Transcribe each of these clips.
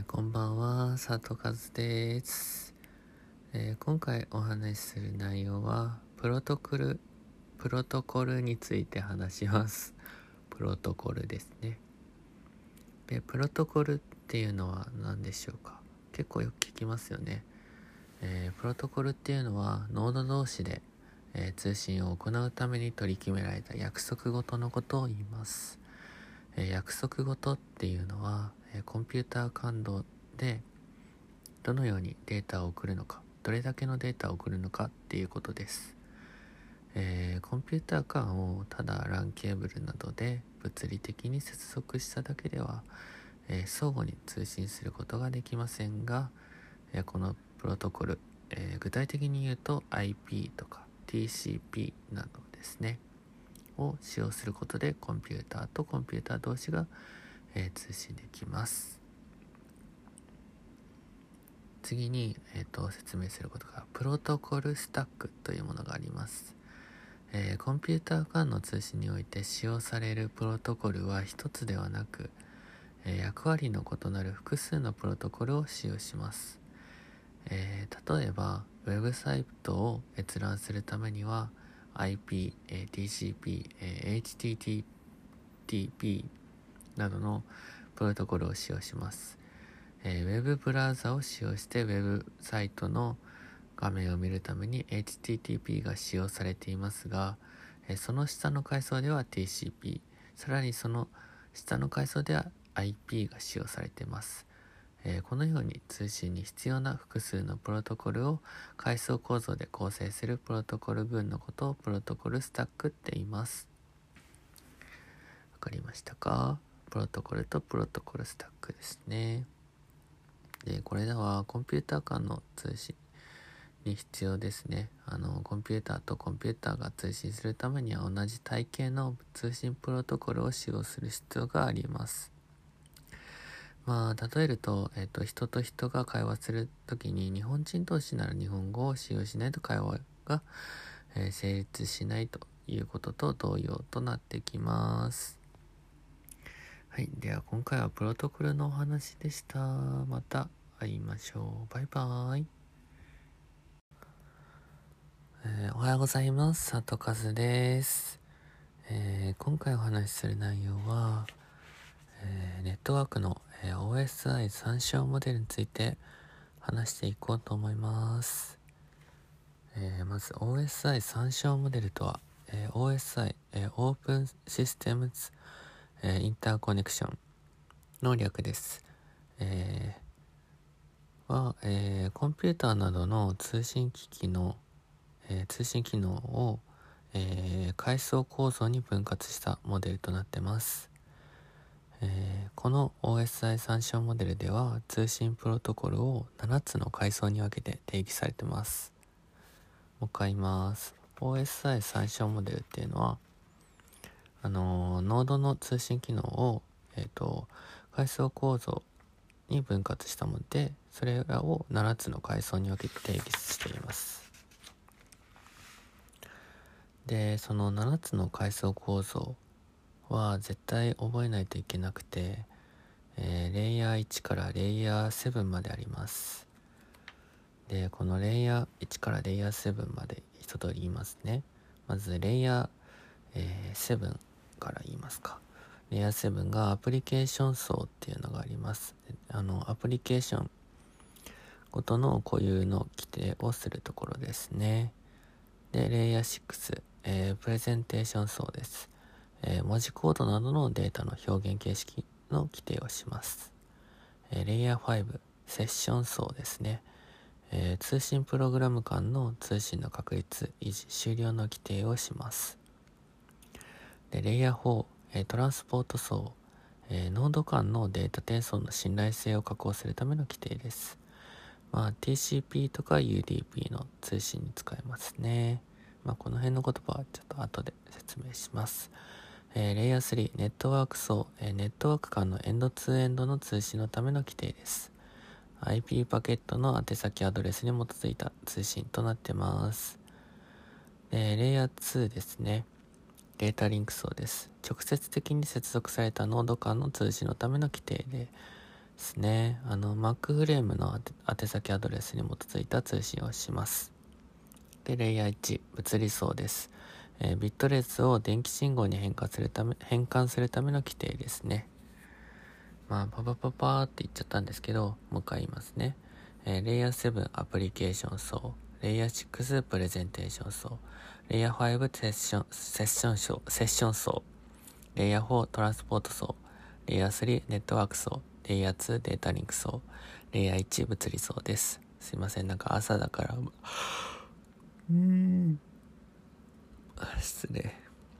こんばんは、佐藤和です。今回お話しする内容はプロトコルについて話します。プロトコルですね。で、プロトコルっていうのは何でしょうか。結構よく聞きますよね。プロトコルっていうのはノード同士で、通信を行うために取り決められた約束事のことを言います。約束事っていうのは、コンピューター感度でどのようにデータを送るのか、どれだけのデータを送るのかっていうことです。コンピューター間をただ LAN ケーブルなどで物理的に接続しただけでは、相互に通信することができませんが、このプロトコル、具体的に言うと IP とか TCP などですねを使用することでコンピューターとコンピューター同士が、通信できます。次に、説明することがプロトコルスタックというものがあります。コンピューター間の通信において使用されるプロトコルは一つではなく、役割の異なる複数のプロトコルを使用します。例えばウェブサイトを閲覧するためには IP、TCP、HTTP などのプロトコルを使用します。ウェブブラウザを使用してウェブサイトの画面を見るために HTTP が使用されていますが、その下の階層では TCP、さらにその下の階層では IP が使用されています。このように通信に必要な複数のプロトコルを階層構造で構成するプロトコル群のことをプロトコルスタックって言います。わかりましたか？プロトコルとプロトコルスタックですね。で、これらはコンピューター間の通信に必要ですね。コンピューターとコンピューターが通信するためには同じ体系の通信プロトコルを使用する必要があります。例えると、人と人が会話するときに日本人同士なら日本語を使用しないと会話が、成立しないということと同様となってきます。はい、では今回はプロトコルのお話でした。また会いましょう。バイバーイ。おはようございます。佐藤和です。今回お話しする内容は、ネットワークの、OSI 参照モデルについて話していこうと思います。まず OSI 参照モデルとは、OSI、オープンシステムズ、インターコネクションの略です。コンピューターなどの通信機能を、階層構造に分割したモデルとなっています。この OSI 参照モデルでは通信プロトコルを7つの階層に分けて定義されています。もう一回言います。OSI 参照モデルっていうのはノードの通信機能を、階層構造に分割したもので、それらを7つの階層に分けて定義しています。で、その7つの階層構造は絶対覚えないといけなくて、レイヤー1からレイヤー7まであります。で、このレイヤー1からレイヤー7まで一通り言いますね。まずレイヤー、7から言いますか。レイヤー7がアプリケーション層っていうのがあります。アプリケーションごとの固有の規定をするところですね。で、レイヤー6、プレゼンテーション層です。文字コードなどのデータの表現形式の規定をします。レイヤー5、セッション層ですね。通信プログラム間の通信の確率、維持、終了の規定をします。で、レイヤー4、トランスポート層、ノード間のデータ転送の信頼性を確保するための規定です。TCP とか UDP の通信に使えますね。この辺の言葉はちょっと後で説明します。レイヤー3、ネットワーク層、ネットワーク間のエンドツーエンドの通信のための規定です。IP パケットの宛先アドレスに基づいた通信となってます。レイヤー2ですね。データリンク層です。直接的に接続されたノード間の通信のための規定で、 ですね。Mac フレームの宛先アドレスに基づいた通信をします。で、レイヤー1、物理層です。ビット列を電気信号に変換するための規定ですね。パパパパーって言っちゃったんですけど、もう一回言いますね。レイヤー7アプリケーション層、レイヤー6プレゼンテーション層、レイヤー5セッション層、レイヤー4トランスポート層、レイヤー3ネットワーク層、レイヤー2データリンク層、レイヤー1物理層です。すいません、朝だから失礼。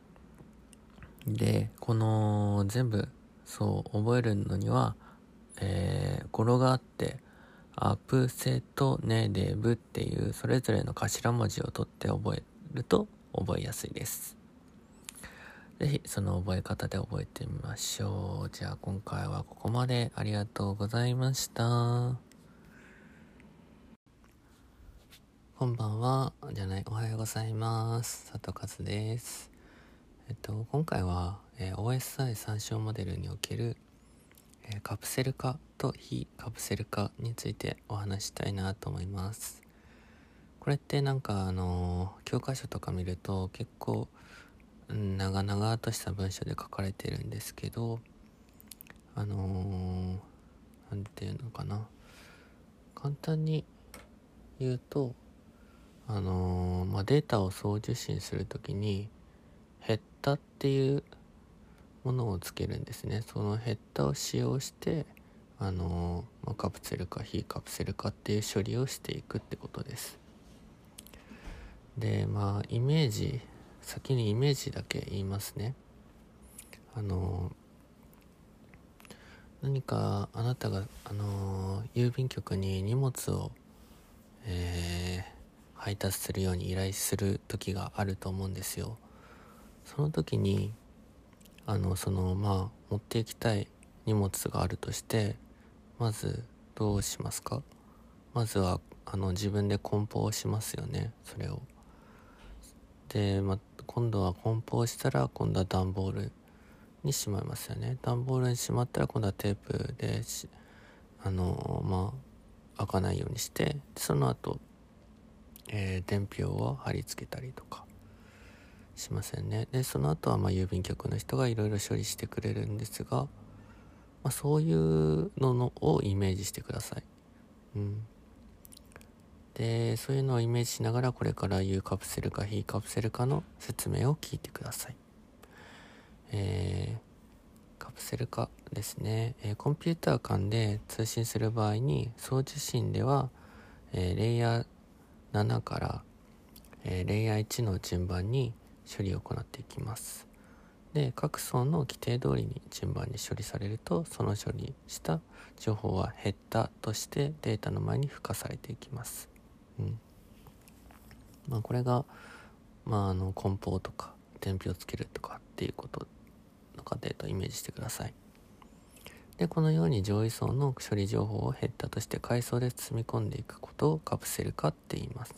で、この全部覚えるのには、語呂があって、アプセトネデブっていうそれぞれの頭文字を取って覚えると覚えやすいです。ぜひその覚え方で覚えてみましょう。じゃあ今回はここまで。ありがとうございました。こんばんは。おはようございます。佐藤和です。今回は、OSI 参照モデルにおける、カプセル化と非カプセル化についてお話したいなと思います。これって教科書とか見ると結構、長々とした文章で書かれてるんですけど、なんていうのかな。簡単に言うと、データを送受信するときにヘッダっていうものをつけるんですね。そのヘッダを使用してカプセル化非カプセル化っていう処理をしていくってことです。で先にイメージだけ言いますね。何かあなたが郵便局に荷物を、配達するように依頼する時があると思うんですよ。その時に持っていきたい荷物があるとして、まずどうしますか？まずは自分で梱包をしますよね。それをで、今度は梱包したら今度は段ボールにしまいますよね。段ボールにしまったら今度はテープで開かないようにして、その後、伝票を貼り付けたりとかしませんね。でその後は郵便局の人がいろいろ処理してくれるんですが、そういうのをイメージしてください。でそういうのをイメージしながらこれから言うカプセル化非カプセル化の説明を聞いてください。カプセル化ですね。コンピューター間で通信する場合に送受信では、レイヤー7から、レイヤー1の順番に処理を行っていきます。で各層の規定通りに順番に処理されると、その処理した情報はヘッダーとしてデータの前に付加されていきます。これが、梱包とか伝票をつけるとかっていうことの過程とイメージしてください。でこのように上位層の処理情報をヘッダーとして階層で積み込んでいくことをカプセル化って言います。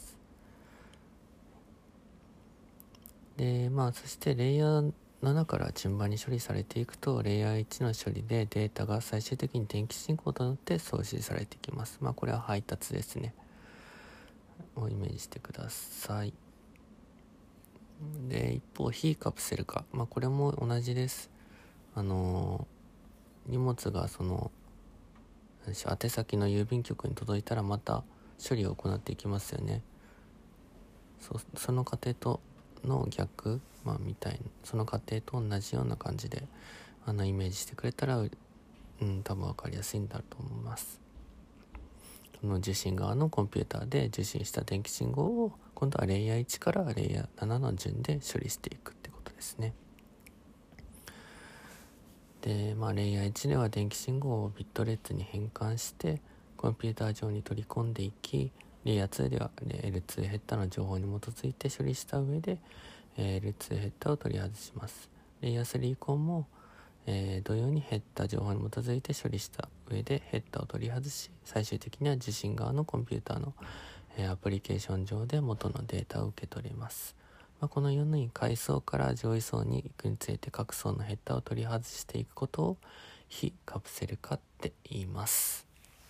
でそしてレイヤー7から順番に処理されていくと、レイヤー1の処理でデータが最終的に電気信号となって送信されていきます。これは配達ですねをイメージしてください。で一方非カプセル化、これも同じです。荷物が宛先の郵便局に届いたらまた処理を行っていきますよね。その過程との逆、みたいな、その過程と同じような感じでイメージしてくれたら多分分かりやすいんだと思います。その受信側のコンピューターで受信した電気信号を今度はレイヤー1からレイヤー7の順で処理していくってことですね。でレイヤー1では電気信号をビット列に変換してコンピューター上に取り込んでいき、レイヤー2では L2 ヘッダーの情報に基づいて処理した上で L2 ヘッダーを取り外します。レイヤー3以降も、同様にヘッダー情報に基づいて処理した上でヘッダーを取り外し、最終的には受信側のコンピューターの、アプリケーション上で元のデータを受け取ります。このように階層から上位層に行くにつれて各層のヘッダーを取り外していくことを非カプセル化って言います。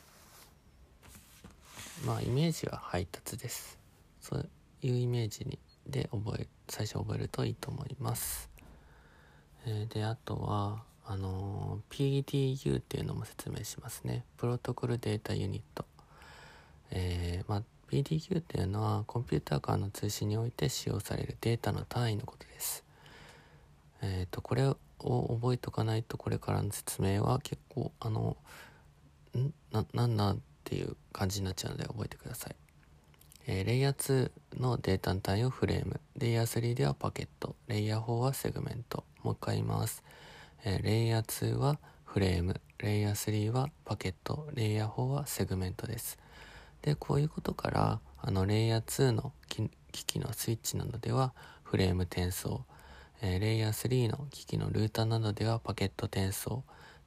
イメージは配達です。そういうイメージで最初覚えるといいと思います。であとはPDU っていうのも説明しますね。プロトコルデータユニット。PDU っていうのはコンピューター間の通信において使用されるデータの単位のことです。これを覚えとかないとこれからの説明は結構なんっていう感じになっちゃうので覚えてください。レイヤー2のデータの単位をフレーム、レイヤー3ではパケット、レイヤー4はセグメント。もう一回言います。レイヤー2はフレーム、レイヤー3はパケット、レイヤー4はセグメントです。でこういうことからレイヤー2の機器のスイッチなどではフレーム転送、レイヤー3の機器のルーターなどではパケット転送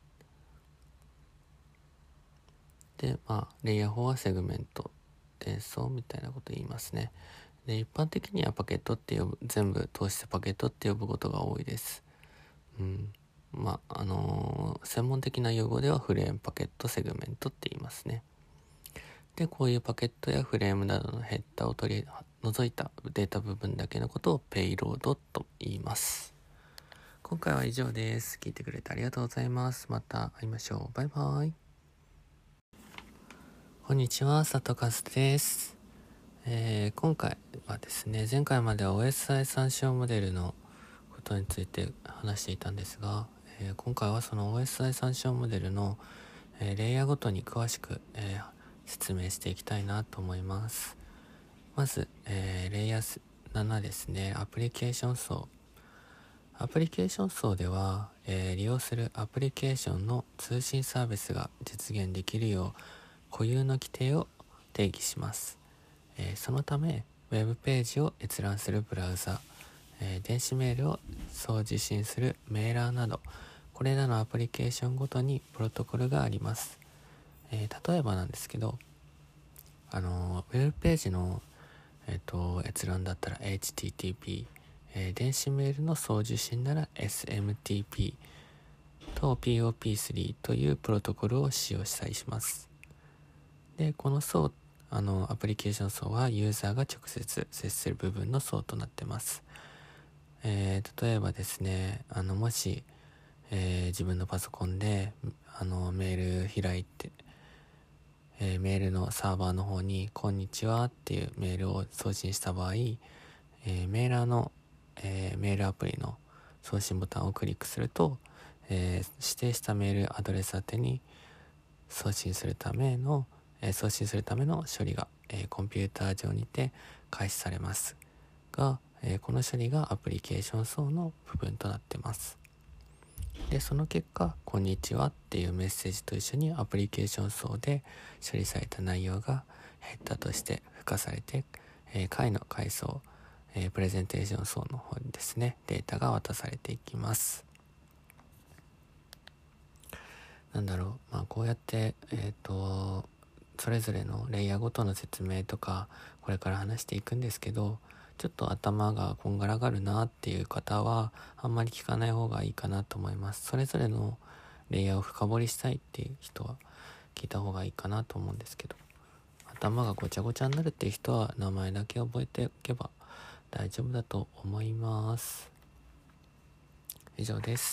で、レイヤー4はセグメント転送みたいなこと言いますね。で一般的にはパケットって全部通してパケットって呼ぶことが多いです。専門的な用語ではフレーム、パケット、セグメントって言いますね。でこういうパケットやフレームなどのヘッダを取り除いたデータ部分だけのことをペイロードと言います。今回は以上です。聞いてくれてありがとうございます。また会いましょう。バイバイ。こんにちは、佐藤和です。今回はですね、前回までは OSI 参照モデルのことについて話していたんですが、今回はその OSI 参照モデルの、レイヤーごとに詳しく、説明していきたいなと思います。まず、レイヤー7ですね。アプリケーション層。アプリケーション層では、利用するアプリケーションの通信サービスが実現できるよう固有の規定を定義します。そのためウェブページを閲覧するブラウザ、電子メールを送受信するメーラーなどこれらのアプリケーションごとにプロトコルがあります。例えばなんですけどウェブページの、閲覧だったら HTTP、電子メールの送受信なら SMTP と POP3 というプロトコルを使用したりします。でこの層アプリケーション層はユーザーが直接接する部分の層となってます。例えばですねもし、自分のパソコンでメール開いて、メールのサーバーの方にこんにちはっていうメールを送信した場合、メーラーの、メールアプリの送信ボタンをクリックすると、指定したメールアドレス宛てに送信するための処理が、コンピューター上にて開始されますが、この処理がアプリケーション層の部分となっています。でその結果こんにちはっていうメッセージと一緒にアプリケーション層で処理された内容がヘッダとして付加されて、回の階層、プレゼンテーション層の方にですねデータが渡されていきます。こうやって、それぞれのレイヤーごとの説明とかこれから話していくんですけど、ちょっと頭がこんがらがるなっていう方はあんまり聞かない方がいいかなと思います。それぞれのレイヤーを深掘りしたいっていう人は聞いた方がいいかなと思うんですけど、頭がごちゃごちゃになるっていう人は名前だけ覚えておけば大丈夫だと思います。以上です。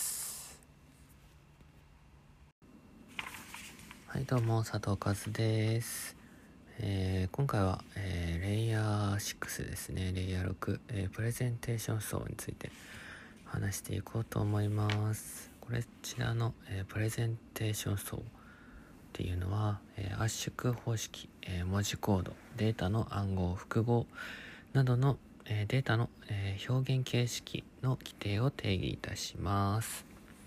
はい、どうも佐藤和です。今回は、レイヤー6ですね。レイヤー6、プレゼンテーション層について話していこうと思います。こちらの、プレゼンテーション層っていうのは、圧縮方式、文字コード、データの暗号、複合などの、データの、表現形式の規定を定義いたします。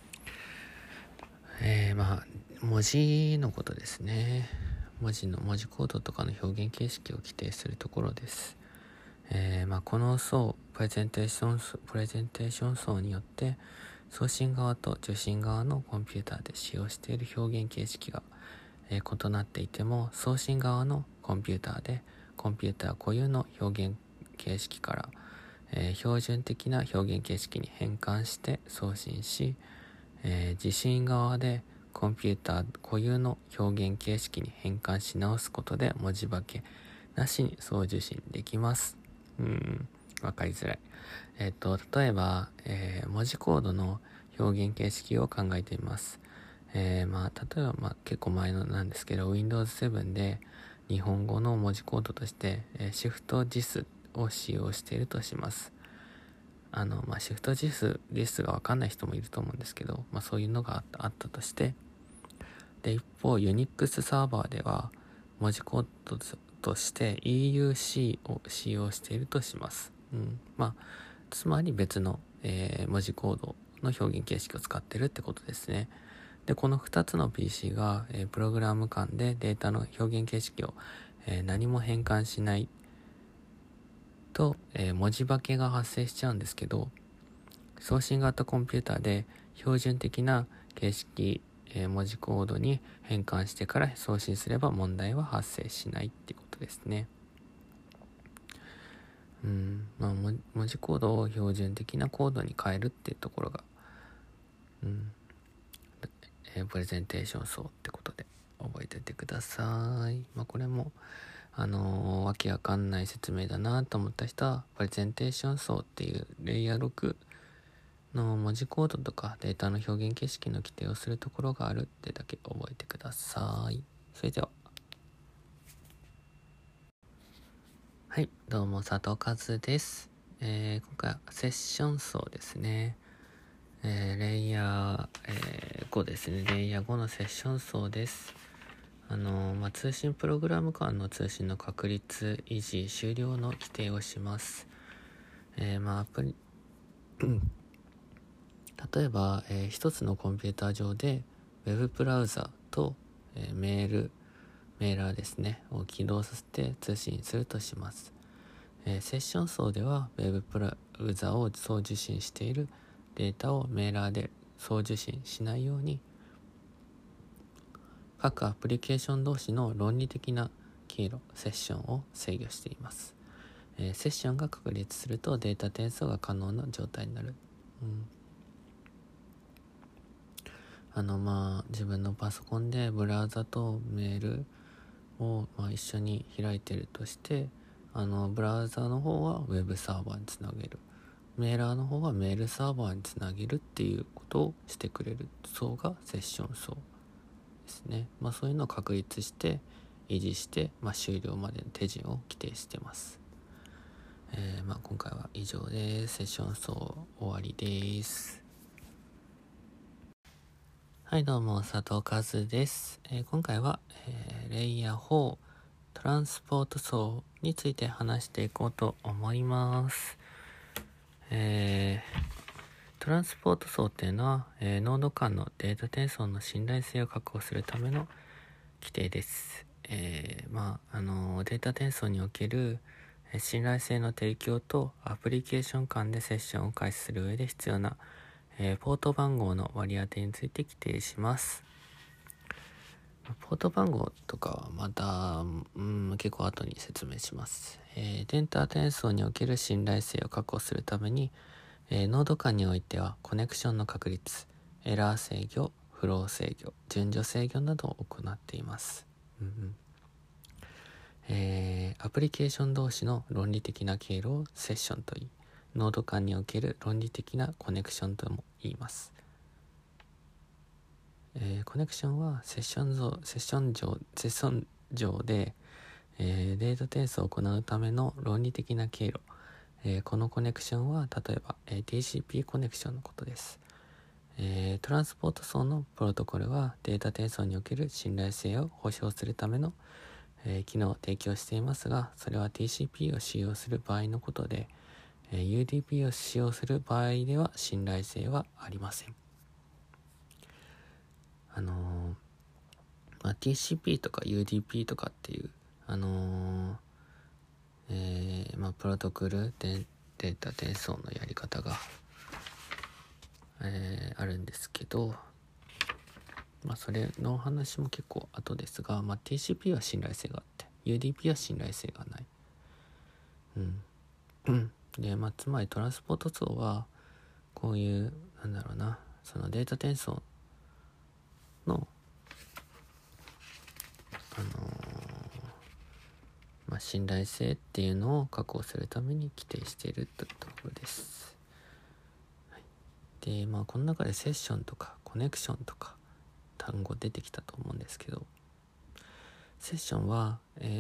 文字のことですね。文字コードとかの表現形式を規定するところです。この層プレゼンテーション層によって送信側と受信側のコンピューターで使用している表現形式が、異なっていても送信側のコンピューターでコンピューター固有の表現形式から、標準的な表現形式に変換して送信し、受信側でコンピューター固有の表現形式に変換し直すことで文字化けなしに送受信できます。わかりづらい。例えば、文字コードの表現形式を考えてみます。例えば、結構前のなんですけど、Windows 7で日本語の文字コードとして、シフト JIS を使用しているとします。シフト JIS がわかんない人もいると思うんですけど、そういうのがあったとして、で、一方、Unix サーバーでは文字コードとして EUC を使用しているとします。つまり別の、文字コードの表現形式を使ってるってことですね。で、この2つの PC が、プログラム間でデータの表現形式を、何も変換しないと、文字化けが発生しちゃうんですけど、送信型コンピューターで標準的な形式、文字コードに変換してから送信すれば問題は発生しないっていうことですね。文字コードを標準的なコードに変えるっていうところが、プレゼンテーション層ってことで覚えておいてください。これもわけわかんない説明だなと思った人はプレゼンテーション層っていうレイヤー6の文字コードとかデータの表現形式の規定をするところがあるってだけ覚えてください。それでは、はい、どうも佐藤和です。今回はセッション層ですね。レイヤー、5ですね。レイヤー5のセッション層です。通信プログラム間の通信の確率、維持、終了の規定をします。アプリ例えば、一つのコンピューター上で Web ブラウザと、メーラーですねを起動させて通信するとします。セッション層では Web ブラウザを送受信しているデータをメーラーで送受信しないように各アプリケーション同士の論理的な経路セッションを制御しています。セッションが確立するとデータ転送が可能な状態になる。自分のパソコンでブラウザとメールを、一緒に開いてるとして、ブラウザの方はウェブサーバーにつなげる、メーラーの方はメールサーバーにつなげるっていうことをしてくれる層がセッション層ですね。そういうのを確立して維持して、終了までの手順を規定してます。今回は以上です。セッション層終わりです。はい、どうも佐藤和です。今回は、レイヤー4トランスポート層について話していこうと思います。トランスポート層っていうのは、ノード間のデータ転送の信頼性を確保するための規定です。データ転送における信頼性の提供とアプリケーション間でセッションを開始する上で必要な、ポート番号の割り当てについて規定します。ポート番号とかはまた、結構後に説明します。データ転送における信頼性を確保するために、ノード間においてはコネクションの確率、エラー制御、フロー制御、順序制御などを行っています。アプリケーション同士の論理的な経路をセッションといい、ノード間における論理的なコネクションとも言います。コネクションはセッション上で、データ転送を行うための論理的な経路、このコネクションは例えば、TCP コネクションのことです。トランスポート層のプロトコルはデータ転送における信頼性を保証するための、機能を提供していますが、それは TCP を使用する場合のことで、UDP を使用する場合では信頼性はありません。TCP とか UDP とかっていうプロトコルでデータ転送のやり方が、あるんですけど、それの話も結構後ですが、TCP は信頼性があって UDP は信頼性がない。で、つまりトランスポート層はこういうそのデータ転送の、信頼性っていうのを確保するために規定しているというところです。はい、で、この中でセッションとかコネクションとか単語出てきたと思うんですけど、セッションは、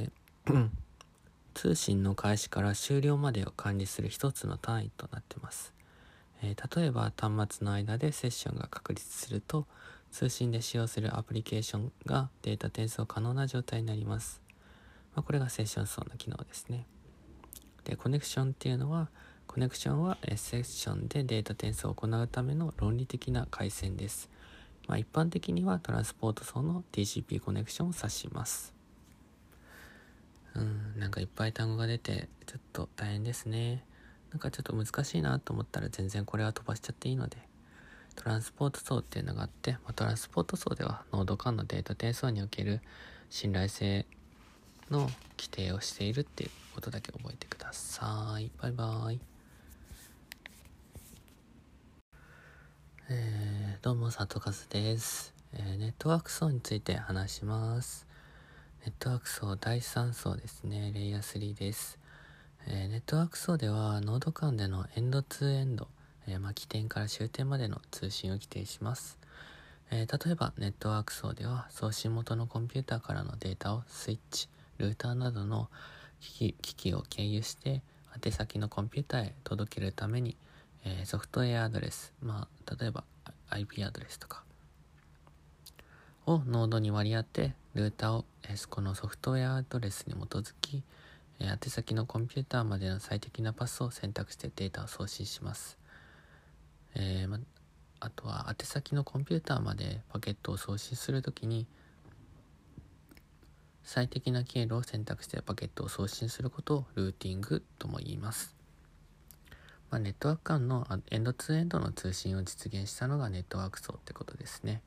通信の開始から終了までを管理する一つの単位となっています。例えば端末の間でセッションが確立すると、通信で使用するアプリケーションがデータ転送可能な状態になります。これがセッション層の機能ですね。で、コネクションっていうのは、コネクションはセッションでデータ転送を行うための論理的な回線です。一般的にはトランスポート層の TCP コネクションを指します。なんかいっぱい単語が出てちょっと大変ですね。なんかちょっと難しいなと思ったら全然これは飛ばしちゃっていいので、トランスポート層っていうのがあって、トランスポート層ではノード間のデータ転送における信頼性の規定をしているっていうことだけ覚えてください。バイバイ。どうも佐藤和です。ネットワーク層について話します。ネットワーク層第3層ですね。レイヤー3です。ネットワーク層ではノード間でのエンドツーエンド、起点から終点までの通信を規定します。例えばネットワーク層では送信元のコンピューターからのデータをスイッチ、ルーターなどの機器を経由して宛先のコンピューターへ届けるために、ソフトウェアアドレス、例えば IP アドレスとかをノードに割り当て、ルーターを、このソフトウェアアドレスに基づき、宛先のコンピューターまでの最適なパスを選択してデータを送信します。あとは宛先のコンピューターまでパケットを送信するときに、最適な経路を選択してパケットを送信することをルーティングとも言います。ネットワーク間のエンドツーエンドの通信を実現したのがネットワーク層ってことですね。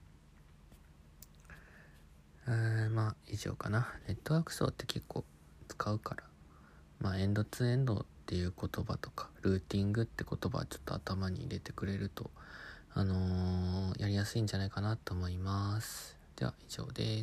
以上かな。ネットワーク層って結構使うから、エンドツーエンドっていう言葉とかルーティングって言葉はちょっと頭に入れてくれるとやりやすいんじゃないかなと思います。では以上です。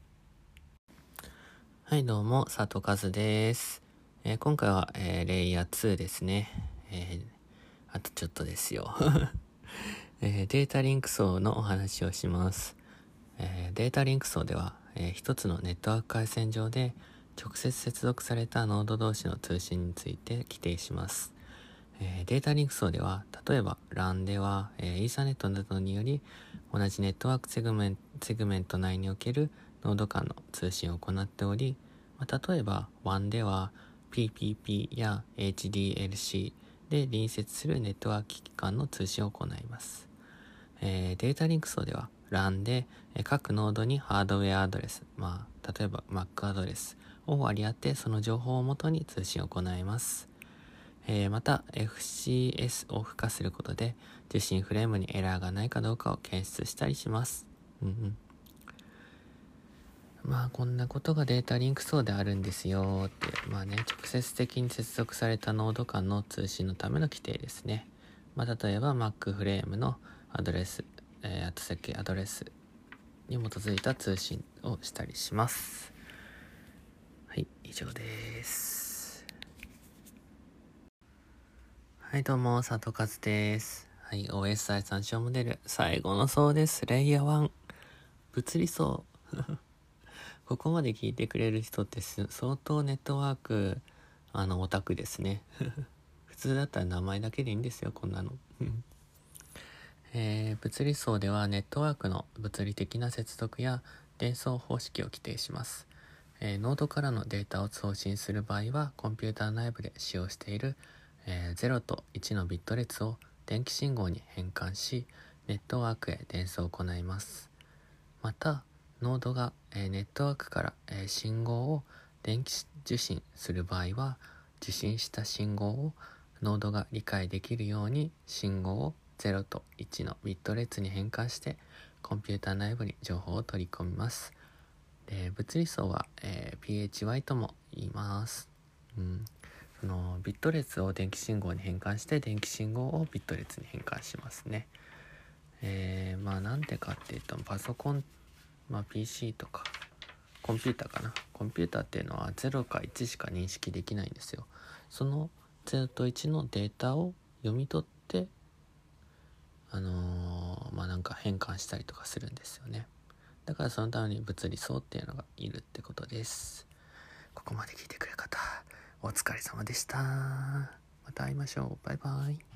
はい、どうも佐藤和です。今回は、レイヤー2ですね。あとちょっとですよ、データリンク層のお話をします。データリンク層では、一つのネットワーク回線上で直接接続されたノード同士の通信について規定します。データリンク層では、例えば LAN では、イーサネットなどにより同じネットワークセグメント内におけるノード間の通信を行っており、例えば WAN では PPP や HDLC で隣接するネットワーク機器間の通信を行います。データリンク層では LAN で各ノードにハードウェアアドレス、例えば Mac アドレスを割り当て、その情報をもとに通信を行います。また FCS を付加することで受信フレームにエラーがないかどうかを検出したりします。こんなことがデータリンク層であるんですよって、直接的に接続されたノード間の通信のための規定ですね。例えば Mac フレームのアドレス、宛先アドレスに基づいた通信をしたりします。はい、以上です。はい、どうも佐藤和です。はい、OSI 参照モデル最後の層です。レイヤー1、物理層。ここまで聞いてくれる人って相当ネットワークオタクですね。普通だったら名前だけでいいんですよ、こんなの。物理層ではネットワークの物理的な接続や伝送方式を規定します。ノードからのデータを送信する場合はコンピューター内部で使用している、0と1のビット列を電気信号に変換し、ネットワークへ伝送を行います。またノードが、ネットワークから、信号を電気受信する場合は、受信した信号をノードが理解できるように信号を0と1のビット列に変換してコンピューター内部に情報を取り込みます。で、物理層は、PHY とも言います。そのビット列を電気信号に変換して電気信号をビット列に変換しますね。 なんでかっていうと、パソコン、PC とかコンピューターかな。コンピューターっていうのは0か1しか認識できないんですよ。その0と1のデータを読み取ってなんか変換したりとかするんですよね。だからそのために物理層っていうのがいるってことです。ここまで聞いてくれる方お疲れ様でした。また会いましょう。バイバイ。